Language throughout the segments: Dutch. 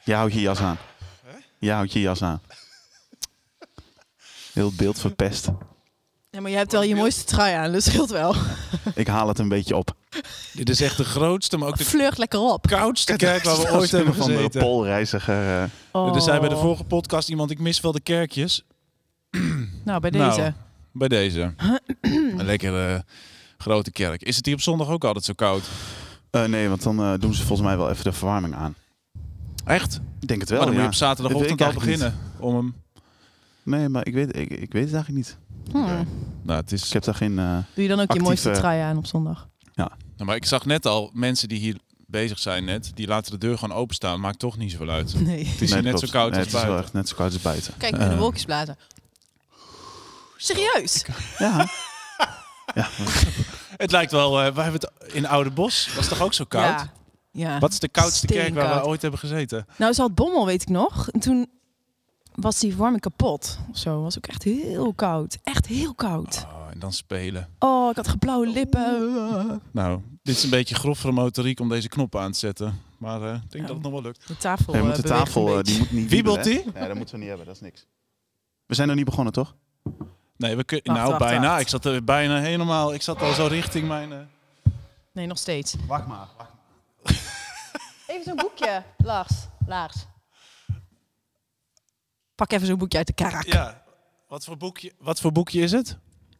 Jij houdt je jas aan. Jij houdt je jas aan. Heel het beeld verpest. Ja, maar je hebt wel je mooiste trui aan, dus scheelt wel. Ik haal het een beetje op. Dit is echt de grootste, maar ook de Vleurt lekker op. koudste kerk waar we ooit hebben van de gezeten. Poolreiziger. Oh. Er zei bij de vorige podcast iemand, ik mis wel de kerkjes. Nou, bij deze. Nou, bij deze. Een lekkere grote kerk. Is het hier op zondag ook altijd zo koud? Nee, want dan doen ze volgens mij wel even de verwarming aan. Echt? Ik denk het wel, Maar dan moet ja. je op zaterdagochtend Dat al weet ik beginnen. Om hem... Nee, maar ik weet het eigenlijk niet. Nou, het is... Ik heb daar geen... Doe je dan ook actieve- je mooiste trui aan op zondag? Nou, maar ik zag net al mensen die hier bezig zijn net, die laten de deur gewoon openstaan. Maakt toch niet zoveel uit. Nee. Het is hier net zo koud als Het is wel buiten. echt net zo koud als buiten. Kijk, in de wolkjes blazen. Serieus? Ja. Ja. Het lijkt wel, we hebben het in Oude Bos. Was toch ook zo koud? Ja. Ja. Wat is de koudste kerk waar we Steenkoud. ooit hebben gezeten? Nou, Zaltbommel weet ik nog. En toen was die verwarming kapot. Of zo. Was ook echt heel koud. Echt heel koud. Oh, en dan spelen. Oh, ik had geblauwe lippen. Nou, dit is een beetje groffere motoriek om deze knop aan te zetten. Maar ik denk dat het nog wel lukt. De tafel Nee, moet de beweegt tafel een die beetje. moet niet Wiebelt wiebelen, hè? die? Ja, dat moeten we niet hebben. Dat is niks. We zijn nog niet begonnen, toch? Nee, we kunnen. Wacht, Nou, wacht, bijna. wacht. Ik zat er bijna helemaal. Ik zat al zo richting mijn. Nee, nog steeds. Wacht maar. Even zo'n boekje, Lars. Pak even zo'n boekje uit de karak. Ja. Wat voor boekje is het?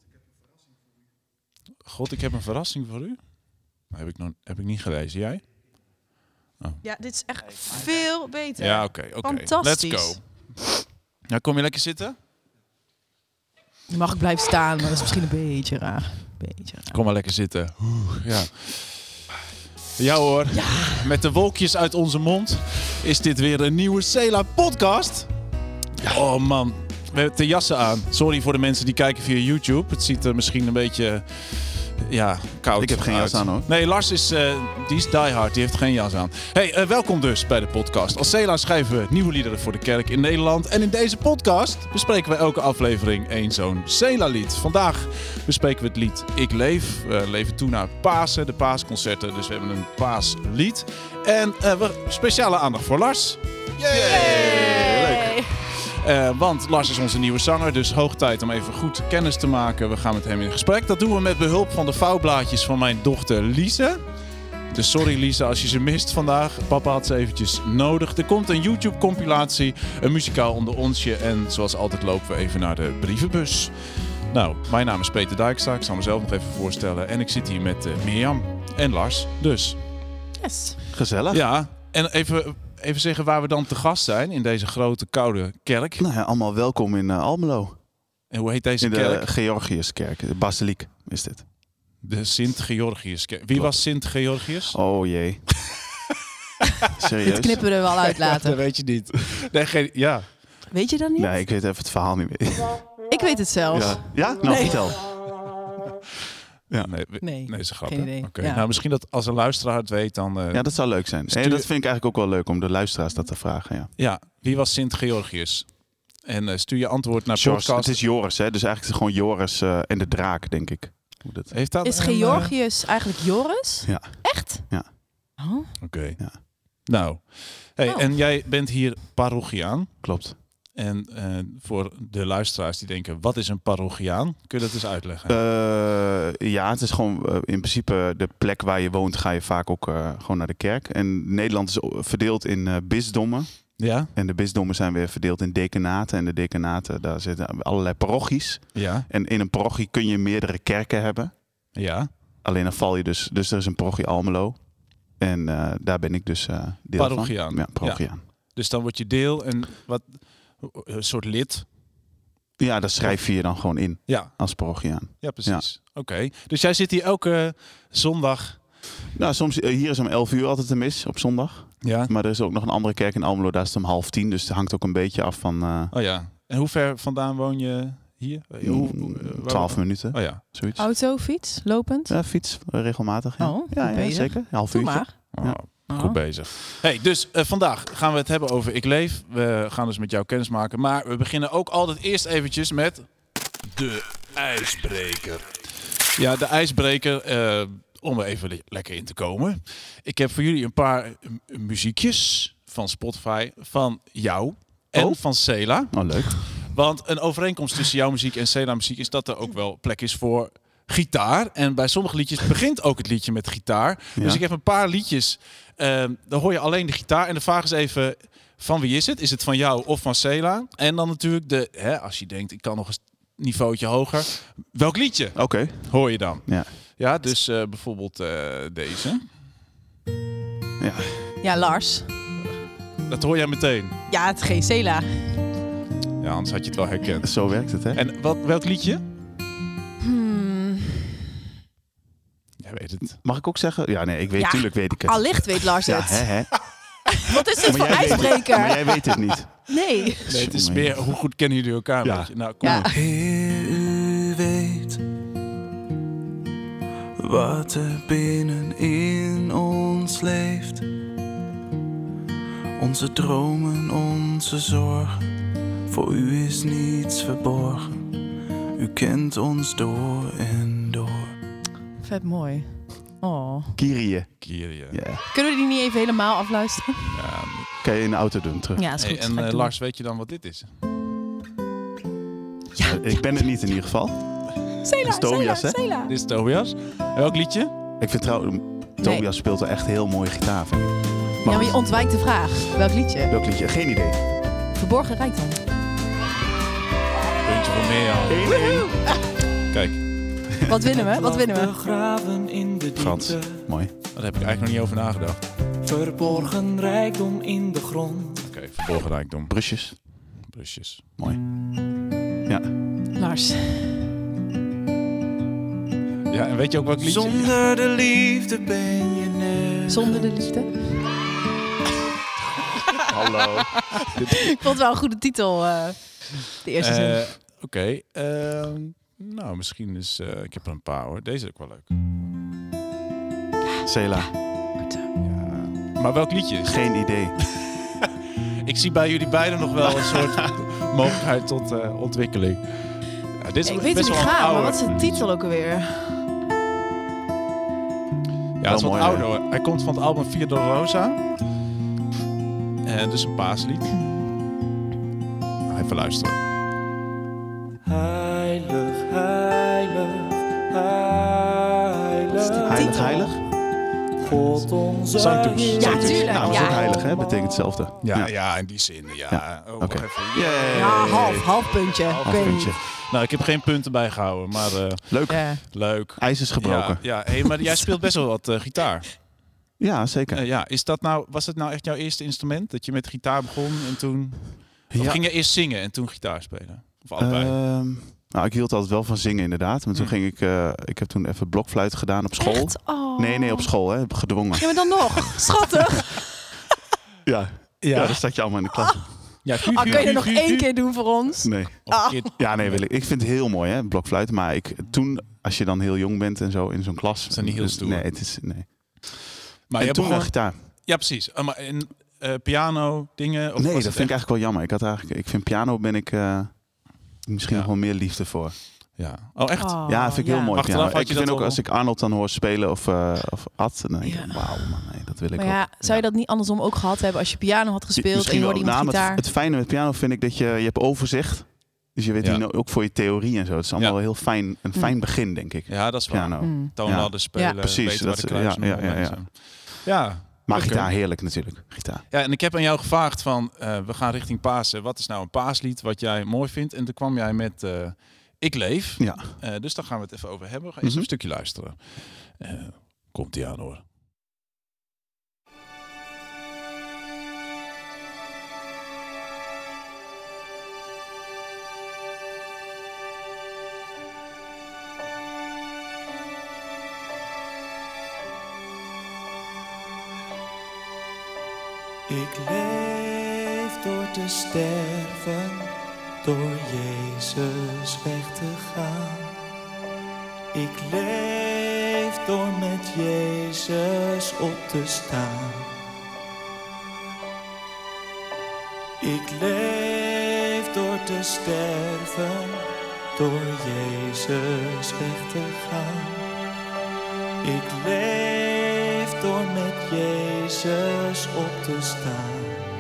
God, ik heb een verrassing voor u. Heb ik niet gelezen. Jij? Ja, dit is echt veel beter. Ja, oké. Fantastisch. Let's go. Nou, kom je lekker zitten? Je mag ook blijven staan, maar dat is misschien een beetje raar. Kom maar lekker zitten. Ja. Ja hoor, met de wolkjes uit onze mond is dit weer een nieuwe Sela podcast. Oh man, we hebben de jassen aan. Sorry voor de mensen die kijken via YouTube. Het ziet er misschien een beetje koud Ik heb geen uit. jas aan, hoor. Nee, Lars die is diehard, die heeft geen jas aan. Hey, welkom dus bij de podcast. Als Sela schrijven we nieuwe liederen voor de kerk in Nederland. En in deze podcast bespreken we elke aflevering één zo'n Sela-lied. Vandaag bespreken we het lied Ik Leef. We leven toe naar Pasen, de paasconcerten. Dus we hebben een paaslied. En speciale aandacht voor Lars. Leuk. Want Lars is onze nieuwe zanger, dus hoog tijd om even goed kennis te maken. We gaan met hem in gesprek. Dat doen we met behulp van de vouwblaadjes van mijn dochter Lise. Dus sorry Lise als je ze mist vandaag. Papa had ze eventjes nodig. Er komt een YouTube-compilatie, een muzikaal onder onsje. En zoals altijd lopen we even naar de brievenbus. Nou, mijn naam is Peter Dijkstra. Ik zal mezelf nog even voorstellen. En ik zit hier met Mirjam en Lars. Dus Yes. Gezellig. ja, en even zeggen waar we dan te gast zijn in deze grote koude kerk. Nou ja, allemaal welkom in Almelo. En hoe heet deze In de kerk? Georgiuskerk. De basiliek is dit. De Sint-Georgiuskerk. Wie Klopt. was Sint-Georgius? Oh jee. Serieus? Dit knippen we er wel uit Dat later. weet je niet. Nee, ja. Weet je dat niet? Nee, ik weet even het verhaal niet meer. Ik weet het zelfs. Ja? Ja? Nou, Nee. vertel. Nee, Nee, nee, is een grap. geen hè? idee. Oké. Ja. Nou, misschien dat als een luisteraar het weet, dan... Ja, dat zou leuk zijn. Stuur- Nee, dat vind ik eigenlijk ook wel leuk om de luisteraars dat te vragen. Ja. Ja, wie was Sint-Georgius? En stuur je antwoord naar Joris, podcast. het is Joris, hè? Dus eigenlijk is het gewoon Joris en de draak, denk ik. Hoe dat... Heeft dat Is een, Georgius eigenlijk Joris? Ja. Echt? Ja. Oh. Oké. Ja. Nou, hey, Oh. en jij bent hier parochiaan. Klopt. En voor de luisteraars die denken, wat is een parochiaan? Kun je dat eens uitleggen? Ja, het is gewoon in principe de plek waar je woont, ga je vaak ook gewoon naar de kerk. En Nederland is verdeeld in bisdommen. Ja? En de bisdommen zijn weer verdeeld in dekenaten. En de dekenaten, daar zitten allerlei parochies. Ja? En in een parochie kun je meerdere kerken hebben. Ja? Alleen dan val je dus er is een parochie Almelo. En daar ben ik dus deel Parochiaan. van. Ja, parochiaan. Dus dan word je deel en wat een soort lid. Ja, daar schrijf je je dan gewoon in Ja, als parochiaan. ja precies. Oké. Dus jij zit hier elke zondag. Nou, soms, hier is om 11 uur altijd de mis op zondag. Ja. Maar er is ook nog een andere kerk in Almelo, daar is het om 9:30. Dus het hangt ook een beetje af van Oh ja. En hoe ver vandaan woon je hier? Waar- 12 minuten, Oh ja. zoiets. Auto, fiets, lopend? Ja, fiets, regelmatig. Ja, Oh, ja, ja bezig. zeker. Een half Doe uurtje. maar. Oh, Ja. Goed bezig. Hey, dus vandaag gaan we het hebben over Ik Leef. We gaan dus met jou kennis maken. Maar we beginnen ook altijd eerst eventjes met de ijsbreker. Ja, de ijsbreker. Om er even lekker in te komen. Ik heb voor jullie een paar muziekjes van Spotify van jou en van Cela. Oh, leuk. Want een overeenkomst tussen jouw muziek en Cela muziek is dat er ook wel plek is voor gitaar. En bij sommige liedjes begint ook het liedje met gitaar. Ja. Dus ik heb een paar liedjes, dan hoor je alleen de gitaar. En de vraag is even, van wie is het? Is het van jou of van Cela? En dan natuurlijk, als je denkt, ik kan nog een niveautje hoger. Welk liedje Oké. hoor je dan? Ja. Ja, dus bijvoorbeeld deze. Ja. Ja, Lars. Dat hoor jij meteen. Ja, het is geen Cela. Ja, anders had je het wel herkend. Zo werkt het, hè? En welk liedje? Jij weet het. Mag ik ook zeggen? Ja, nee, ik weet, Ja, tuurlijk weet ik het. Allicht weet Lars Ja, het. hè? Wat is dit voor jij weet het. ijsbreker? Maar jij weet het niet. Nee. Nee, het is meer, hoe goed kennen jullie elkaar? Ja. Weet je? Nou, kom Ja. op. Heer, u weet wat er binnenin ons leeft. Onze dromen, onze zorgen. Voor u is niets verborgen. U kent ons door en door. Vet mooi. Oh. Kyrie. Kyrie. Ja. Kunnen we die niet even helemaal afluisteren? Ja. Kan je in de auto doen terug? Ja, is Hey, goed. en Ga ik doen. Lars, weet je dan wat dit is? Ik ben het niet in ieder geval. Cela, is Tobias, Cela, hè? Cela. Dit is Tobias. En welk liedje? Ik vind trouwens, Tobias speelt wel echt heel mooie gitaar. Vind ik. Ja, maar je ontwijkt de vraag. Welk liedje? Welk liedje? Geen idee. Verborgen rijkdom. Puntje voor meer. Kijk, Wat winnen we? Wat winnen we? Begraven in de Frans. diepte. Mooi. daar heb ik eigenlijk nog niet over nagedacht. Verborgen rijkdom in de grond. Oké, verborgen rijkdom. Brusjes. Brusjes. Mooi. Ja. Lars. Ja, en weet je ook welk liedje? Zonder de liefde ben je nergens. Zonder de liefde. Hallo. Ik vond het wel een goede titel. De eerste zin. Oké. Nou, misschien is... ik heb er een paar hoor. Deze is ook wel leuk. Cela. Ja. Maar welk liedje is het? Geen idee. Ik zie bij jullie beiden nog wel een soort mogelijkheid tot ontwikkeling. Ja, dit is Ik weet best hoe die wel een gaat, maar oude. wat is de titel ook alweer? Ja, het is wat mooi, ouder hoor. Hij komt van het album Via Dolorosa. En dus een paaslied. Even luisteren. Heilig, heilig, heilig. Heilig, heilig? God onze Sanctus. Heer. Ja, Sanctus. tuurlijk. Nou, dat is Ja. ook heilig, hè? Betekent hetzelfde. Ja, in die zin. Ja. Ja. Oh, Oké. wacht even. Ja, half puntje. Half Ik weet puntje. niet. Nou, ik heb geen punten bijgehouden, maar Leuk. Ja. leuk. IJs is gebroken. Ja, hey, maar jij speelt best wel wat gitaar. Ja, zeker. Ja, was het nou echt jouw eerste instrument? Dat je met gitaar begon en toen... Of Ja. ging je eerst zingen en toen gitaar spelen? Of allebei? Nou, ik hield altijd wel van zingen inderdaad. Maar toen ging ik heb toen even blokfluit gedaan op school. Echt? Oh. Nee, op school, hè. Gedwongen. Ja, maar dan nog. Schattig. Ja. Ja, dan zat je allemaal in de klas. Ja, Oh, kun je er nog één keer doen voor ons? Nee. Ja, nee, wil ik. Ik vind het heel mooi, hè, blokfluit. Maar toen, als je dan heel jong bent en zo in zo'n klas... Is dat niet heel stoer? Nee, het is... Nee. Maar En je toen begon... gitaar. Ja, precies. Maar in piano, dingen? Of Nee, was dat het vind ik echt- eigenlijk wel jammer. Ik vind piano ben ik misschien Ja. nog wel meer liefde voor. Ja. Oh, echt? Oh, Ja, vind ik heel mooi. Achteraf piano. had Ik je vind dat ook al- als ik Arnold dan hoor spelen of Ad, dan denk ik, Ja. wauw man, nee, dat wil ik Maar ook. ja, zou je dat niet andersom ook gehad hebben als je piano had gespeeld en je hoorde iemand Nou, maar gitaar? het fijne met piano vind ik dat je hebt overzicht. Dus je weet Ja. ook voor je theorie en zo. Het is allemaal Ja. wel heel fijn, een fijn begin, denk ik. Ja, dat is waar. Piano. Hmm. Toonladden spelen, Ja. Precies, weten waar dat de is- kluizen ja, op ja, en ja. zo. Ja. Maar Oké. gitaar, heerlijk natuurlijk. Gitaar. Ja, en ik heb aan jou gevraagd van, we gaan richting Pasen. Wat is nou een paaslied wat jij mooi vindt? En toen kwam jij met Ik Leef. Ja. Dus daar gaan we het even over hebben. We gaan eerst een stukje luisteren. Komt-ie aan hoor. Ik leef door te sterven, door Jezus weg te gaan. Ik leef door met Jezus op te staan. Ik leef door te sterven, door Jezus weg te gaan. Ik leef door met Jezus op te staan.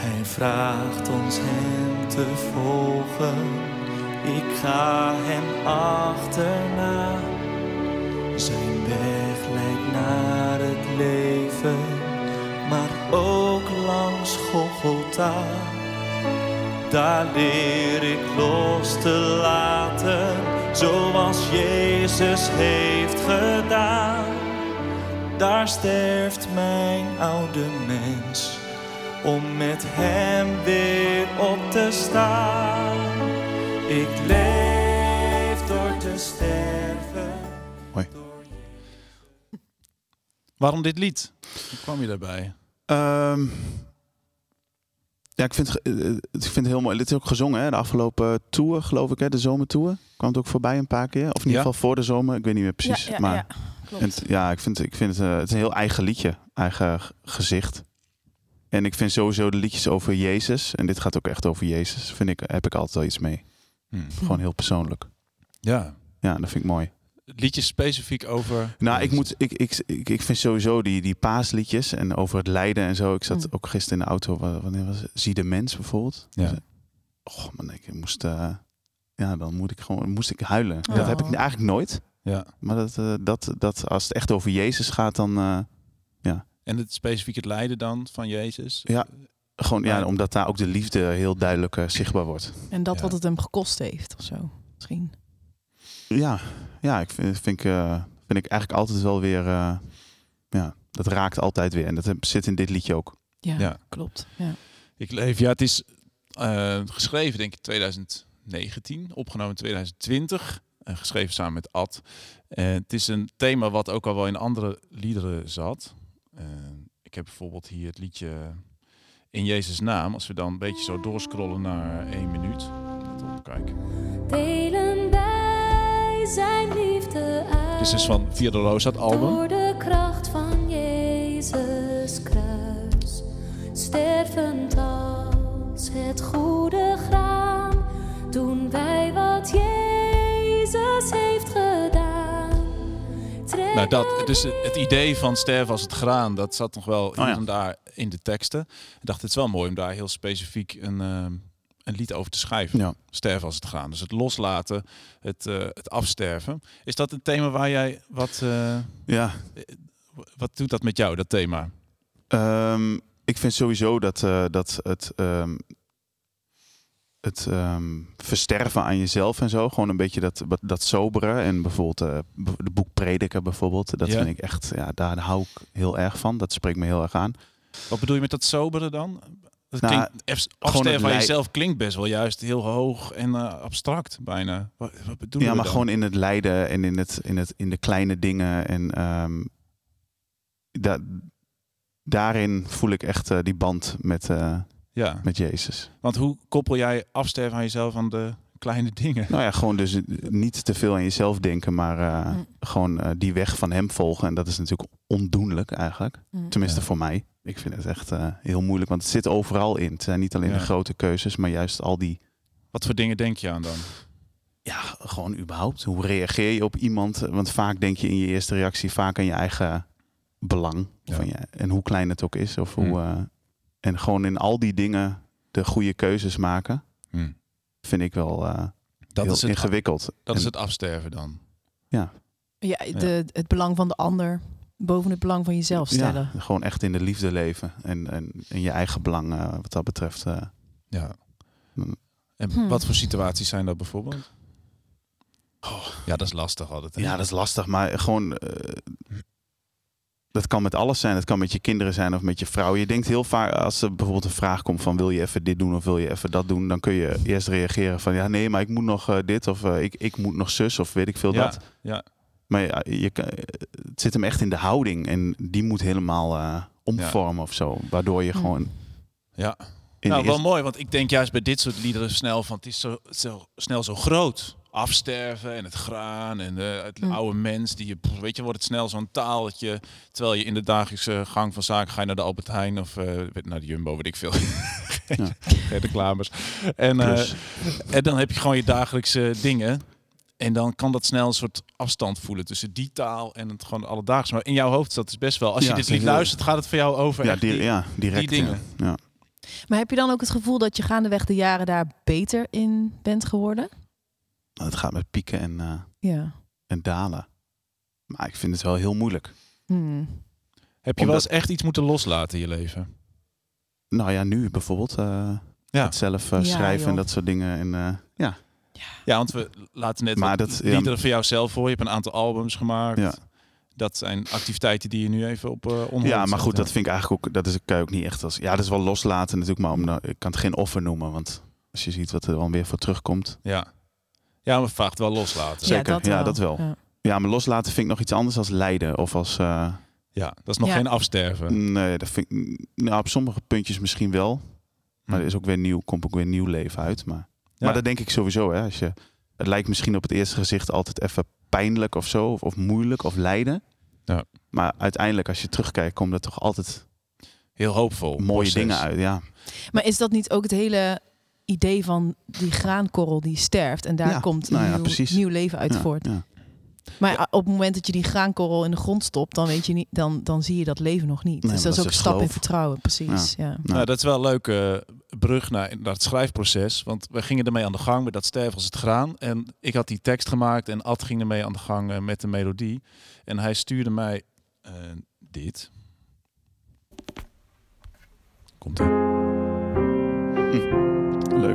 Hij vraagt ons hem te volgen. Ik ga hem achterna. Zijn weg leidt naar het leven, maar ook langs Golgotha. Daar leer ik los te laten, zoals Jezus heeft gedaan. Daar sterft mijn oude mens, om met hem weer op te staan. Ik leef door te sterven. Hoi. Waarom dit lied? Hoe kwam je daarbij? Ja, ik vind het heel mooi. Dit is ook gezongen, hè? De afgelopen tour, geloof ik, hè? De zomertour. Kwam het ook voorbij een paar keer. Of in ieder geval voor de zomer. Ik weet niet meer precies. Maar klopt. ik vind het een heel eigen liedje. Eigen gezicht. En ik vind sowieso de liedjes over Jezus. En dit gaat ook echt over Jezus. Heb ik altijd wel iets mee. Gewoon heel persoonlijk. Ja. Ja, dat vind ik mooi. Liedjes specifiek over... Nou, ik vind sowieso die paasliedjes en over het lijden en zo. Ik zat ook gisteren in de auto. Wanneer was het? Zie de mens bijvoorbeeld. Ja. Oh man, ik moest... dan moest ik huilen. Oh. Dat heb ik eigenlijk nooit. Ja. Maar dat als het echt over Jezus gaat, dan... En het specifiek het lijden dan van Jezus? Ja, gewoon omdat daar ook de liefde heel duidelijk zichtbaar wordt. En dat wat het hem gekost heeft of zo, misschien. Ja, ik vind ik eigenlijk altijd wel weer... dat raakt altijd weer. En dat zit in dit liedje ook. Ja. Klopt. Ja. Ik leef, het is geschreven denk ik 2019, opgenomen in 2020. Geschreven samen met Ad. Het is een thema wat ook al wel in andere liederen zat. Ik heb bijvoorbeeld hier het liedje In Jezus' naam. Als we dan een beetje zo doorscrollen naar 1 minuut. Let op, kijk. Delen wij zijn liefde uit. Dit is dus van Via Dolorosa, het album. Door de kracht van Jezus kruis. Stervend als het goede graan. Doen wij wat Jezus heeft gedaan. Nou, dus het idee van sterven als het graan, dat zat nog wel hier en daar in de teksten. Ik dacht, het is wel mooi om daar heel specifiek een lied over te schrijven. Ja. Sterven als het graan. Dus het loslaten, het afsterven. Is dat een thema waar jij wat doet dat met jou, dat thema? Ik vind sowieso dat het versterven aan jezelf en zo. Gewoon een beetje dat sobere. En bijvoorbeeld de boek Prediker bijvoorbeeld. Dat vind ik echt, daar hou ik heel erg van. Dat spreekt me heel erg aan. Wat bedoel je met dat sobere dan? Afsterven van jezelf klinkt best wel juist heel hoog en abstract bijna. Wat bedoel je maar dan? gewoon in het lijden en in de kleine dingen. En daarin voel ik echt die band met Jezus. Want hoe koppel jij afsterven aan jezelf aan de kleine dingen? Nou ja, gewoon dus niet te veel aan jezelf denken, maar gewoon die weg van hem volgen. En dat is natuurlijk ondoenlijk eigenlijk. Tenminste voor mij. Ik vind het echt heel moeilijk, want het zit overal in. Het zijn niet alleen de grote keuzes, maar juist al die... Wat voor dingen denk je aan dan? Ja, gewoon überhaupt. Hoe reageer je op iemand? Want vaak denk je in je eerste reactie vaak aan je eigen belang. En hoe klein het ook is. Of hoe, en gewoon in al die dingen de goede keuzes maken. Vind ik wel heel ingewikkeld. Dat is het afsterven dan? Ja. Het belang van de ander boven het belang van jezelf stellen. Ja, gewoon echt in de liefde leven. En je eigen belang wat dat betreft. En wat voor situaties zijn dat bijvoorbeeld? Ja, dat is lastig altijd. Hè? Ja, dat is lastig. Maar gewoon... dat kan met alles zijn. Het kan met je kinderen zijn of met je vrouw. Je denkt heel vaak, als er bijvoorbeeld een vraag komt van... wil je even dit doen of wil je even dat doen? Dan kun je eerst reageren van... ja, nee, maar ik moet nog dit of ik moet nog zus of weet ik veel dat. Ja. Maar het zit hem echt in de houding. En die moet helemaal omvormen of zo. Waardoor je gewoon... Ja. Nou, wel mooi. Want ik denk juist bij dit soort liederen snel van... het is zo snel zo groot. Afsterven en het graan en het oude mens. Weet je, wordt het snel zo'n taal dat je... terwijl je in de dagelijkse gang van zaken... ga je naar de Albert Heijn of naar de Jumbo, weet ik veel. Geen reclames. En dan heb je gewoon je dagelijkse dingen... En dan kan dat snel een soort afstand voelen tussen die taal en het gewoon alledaags. Maar in jouw hoofd is dat dus best wel. Als je dit lied luistert, gaat het voor jou over direct, die dingen. Ja. Maar heb je dan ook het gevoel dat je gaandeweg de jaren daar beter in bent geworden? Nou, het gaat met pieken Ja. en dalen. Maar ik vind het wel heel moeilijk. Heb je wel eens echt iets moeten loslaten in je leven? Nou ja, nu bijvoorbeeld. Het zelf schrijven joh. en dat soort dingen. En, Ja, want we laten net Maar wat dat- liederen van jou zelf voor. Je hebt een aantal albums gemaakt. Ja. Dat zijn activiteiten die je nu even op onhold Ja, maar zet, goed, dat vind ik eigenlijk ook. Dat kan je ook niet echt als. Ja, dat is wel loslaten natuurlijk, maar ik kan het geen offer noemen. Want als je ziet wat er dan weer voor terugkomt. Ja, maar het vraagt wel loslaten. Zeker, dat wel. Ja. Ja, maar loslaten vind ik nog iets anders als lijden. Of als. Ja, dat is nog Ja. geen afsterven. Nee, dat vind ik. Nou, op sommige puntjes misschien wel. Maar er is ook weer komt ook weer nieuw leven uit. Maar dat denk ik sowieso. Hè, het lijkt misschien op het eerste gezicht altijd even pijnlijk of zo. Of moeilijk of lijden. Ja. Maar uiteindelijk, als je terugkijkt, komen er toch altijd Heel hoopvol. mooie proces. dingen uit. Ja. Maar is dat niet ook het hele idee van die graankorrel die sterft en daar Ja, komt nou ja, een precies. nieuw leven uit Ja, voort? ja. Maar op het moment dat je die graankorrel in de grond stopt, dan weet je niet, dan zie je dat leven nog niet. Nee, dus maar dat is ook dat een is stap in geloof. vertrouwen, precies. Ja. Nou, dat is wel een leuke brug naar het schrijfproces. Want we gingen ermee aan de gang met dat sterven als het graan. En ik had die tekst gemaakt en Ad ging ermee aan de gang met de melodie. En hij stuurde mij dit. Komt ie. Leuk.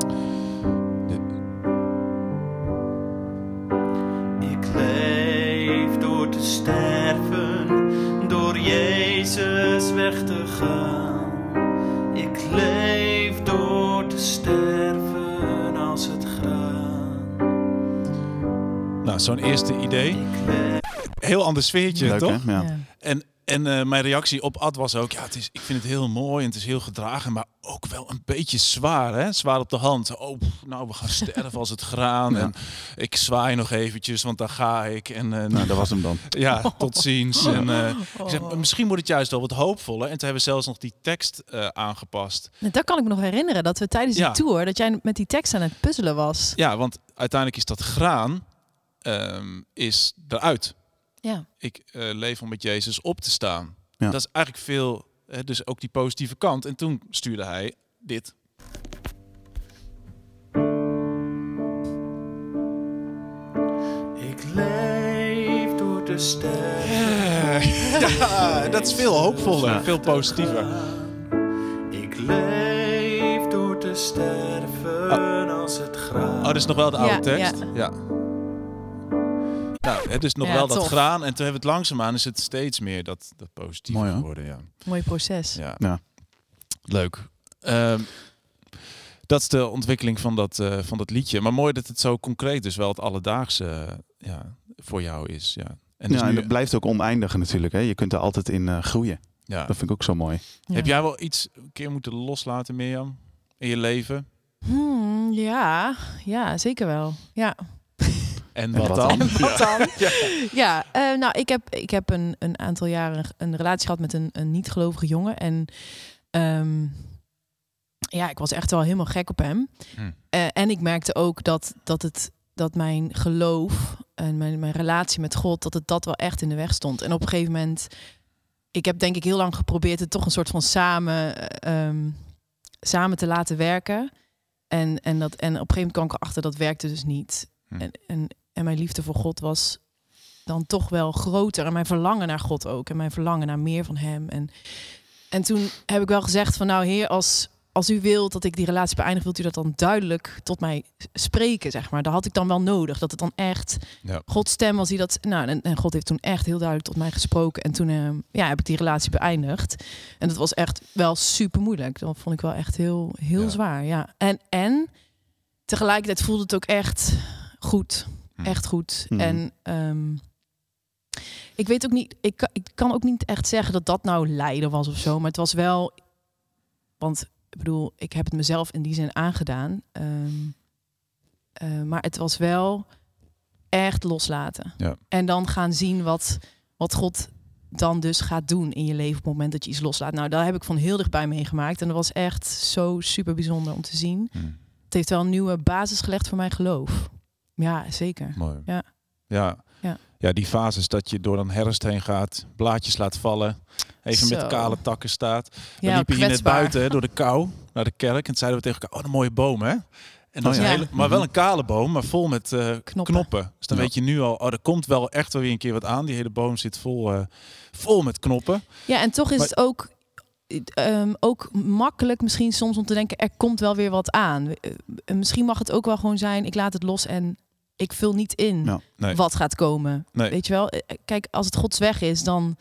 Ik leef door te sterven, door Jezus weg te gaan. Ik leef door te sterven als het graan. Nou, zo'n eerste idee. Heel ander sfeertje, Leuk, toch? hè? Ja. Ja. En mijn reactie op Ad was ook, ik vind het heel mooi en het is heel gedragen, maar ook wel een beetje zwaar, hè? Zwaar op de hand. Oh, nou, we gaan sterven als het graan. Ja. En ik zwaai nog eventjes, want dan ga ik. En Nou, dat was hem dan. ja, tot ziens. En ik zeg, misschien wordt het juist wel wat hoopvoller. En toen hebben we zelfs nog die tekst aangepast. En dat kan ik me nog herinneren, dat we tijdens die Ja. tour, dat jij met die tekst aan het puzzelen was. Ja, want uiteindelijk is dat graan is eruit. Ja. Ik leef om met Jezus op te staan. Ja. Dat is eigenlijk veel, dus ook die positieve kant. En toen stuurde hij dit. Ik leef door te sterven. Ja, dat is veel hoopvoller, Ja. veel positiever. Ik leef door te sterven als het graan. Oh, dat is nog wel de oude Ja, tekst? Ja. Nou, het is nog Ja, wel dat tof. graan. En toen hebben we het langzaamaan is het steeds meer dat positieve Mooi, hoor. geworden. Ja. Mooi proces. Ja. Ja. Leuk. Dat is de ontwikkeling van dat liedje. Maar mooi dat het zo concreet dus wel het alledaagse voor jou is. Ja. En dus Ja, nu, en dat blijft ook oneindig natuurlijk. Hè? Je kunt er altijd in groeien. ja. Dat vind ik ook zo mooi. Ja. Heb jij wel iets een keer moeten loslaten, Mirjam? In je leven? Ja, zeker wel. Ja. En wat wat dan? dan? Wat dan? Ja, nou, ik heb een aantal jaren een relatie gehad met een niet-gelovige jongen. En ik was echt wel helemaal gek op hem. En ik merkte ook dat mijn geloof en mijn relatie met God, dat wel echt in de weg stond. En op een gegeven moment, ik heb denk ik heel lang geprobeerd het toch een soort van samen te laten werken. En op een gegeven moment kwam ik erachter, dat werkte dus niet. En mijn liefde voor God was dan toch wel groter. En mijn verlangen naar God ook. En mijn verlangen naar meer van hem. En toen heb ik wel gezegd van, nou Heer, als u wilt dat ik die relatie beëindig, wilt u dat dan duidelijk tot mij spreken, zeg maar. Dat had ik dan wel nodig. Dat het dan echt Gods stem was die dat... Nou, en God heeft toen echt heel duidelijk tot mij gesproken. En toen heb ik die relatie beëindigd. En dat was echt wel super moeilijk. Dat vond ik wel echt heel zwaar, ja. En tegelijkertijd voelde het ook echt goed. Echt goed. En ik weet ook niet... Ik kan ook niet echt zeggen dat nou lijden was of zo. Maar het was wel... Want ik bedoel, ik heb het mezelf in die zin aangedaan. Maar het was wel echt loslaten. Ja. En dan gaan zien wat God dan dus gaat doen in je leven op het moment dat je iets loslaat. Nou, daar heb ik van heel dichtbij meegemaakt. En dat was echt zo super bijzonder om te zien. Het heeft wel een nieuwe basis gelegd voor mijn geloof. Ja, zeker. Mooi. Ja. Ja. Ja, die fases dat je door een herfst heen gaat, blaadjes laat vallen, even Zo. met kale takken staat. We Ja, liepen hier net kwetsbaar. buiten door de kou naar de kerk en zeiden we tegen elkaar, een mooie boom hè? En dat is ja. een hele, maar wel een kale boom, maar vol met knoppen. Dus dan Ja. weet je nu al, er komt wel echt wel weer een keer wat aan. Die hele boom zit vol met knoppen. Ja, en toch is Maar- het ook makkelijk misschien soms om te denken, er komt wel weer wat aan. Misschien mag het ook wel gewoon zijn, ik laat het los en ik vul niet in Ja. Nee. wat gaat komen. Nee. Weet je wel? Kijk, als het Gods weg is, dan...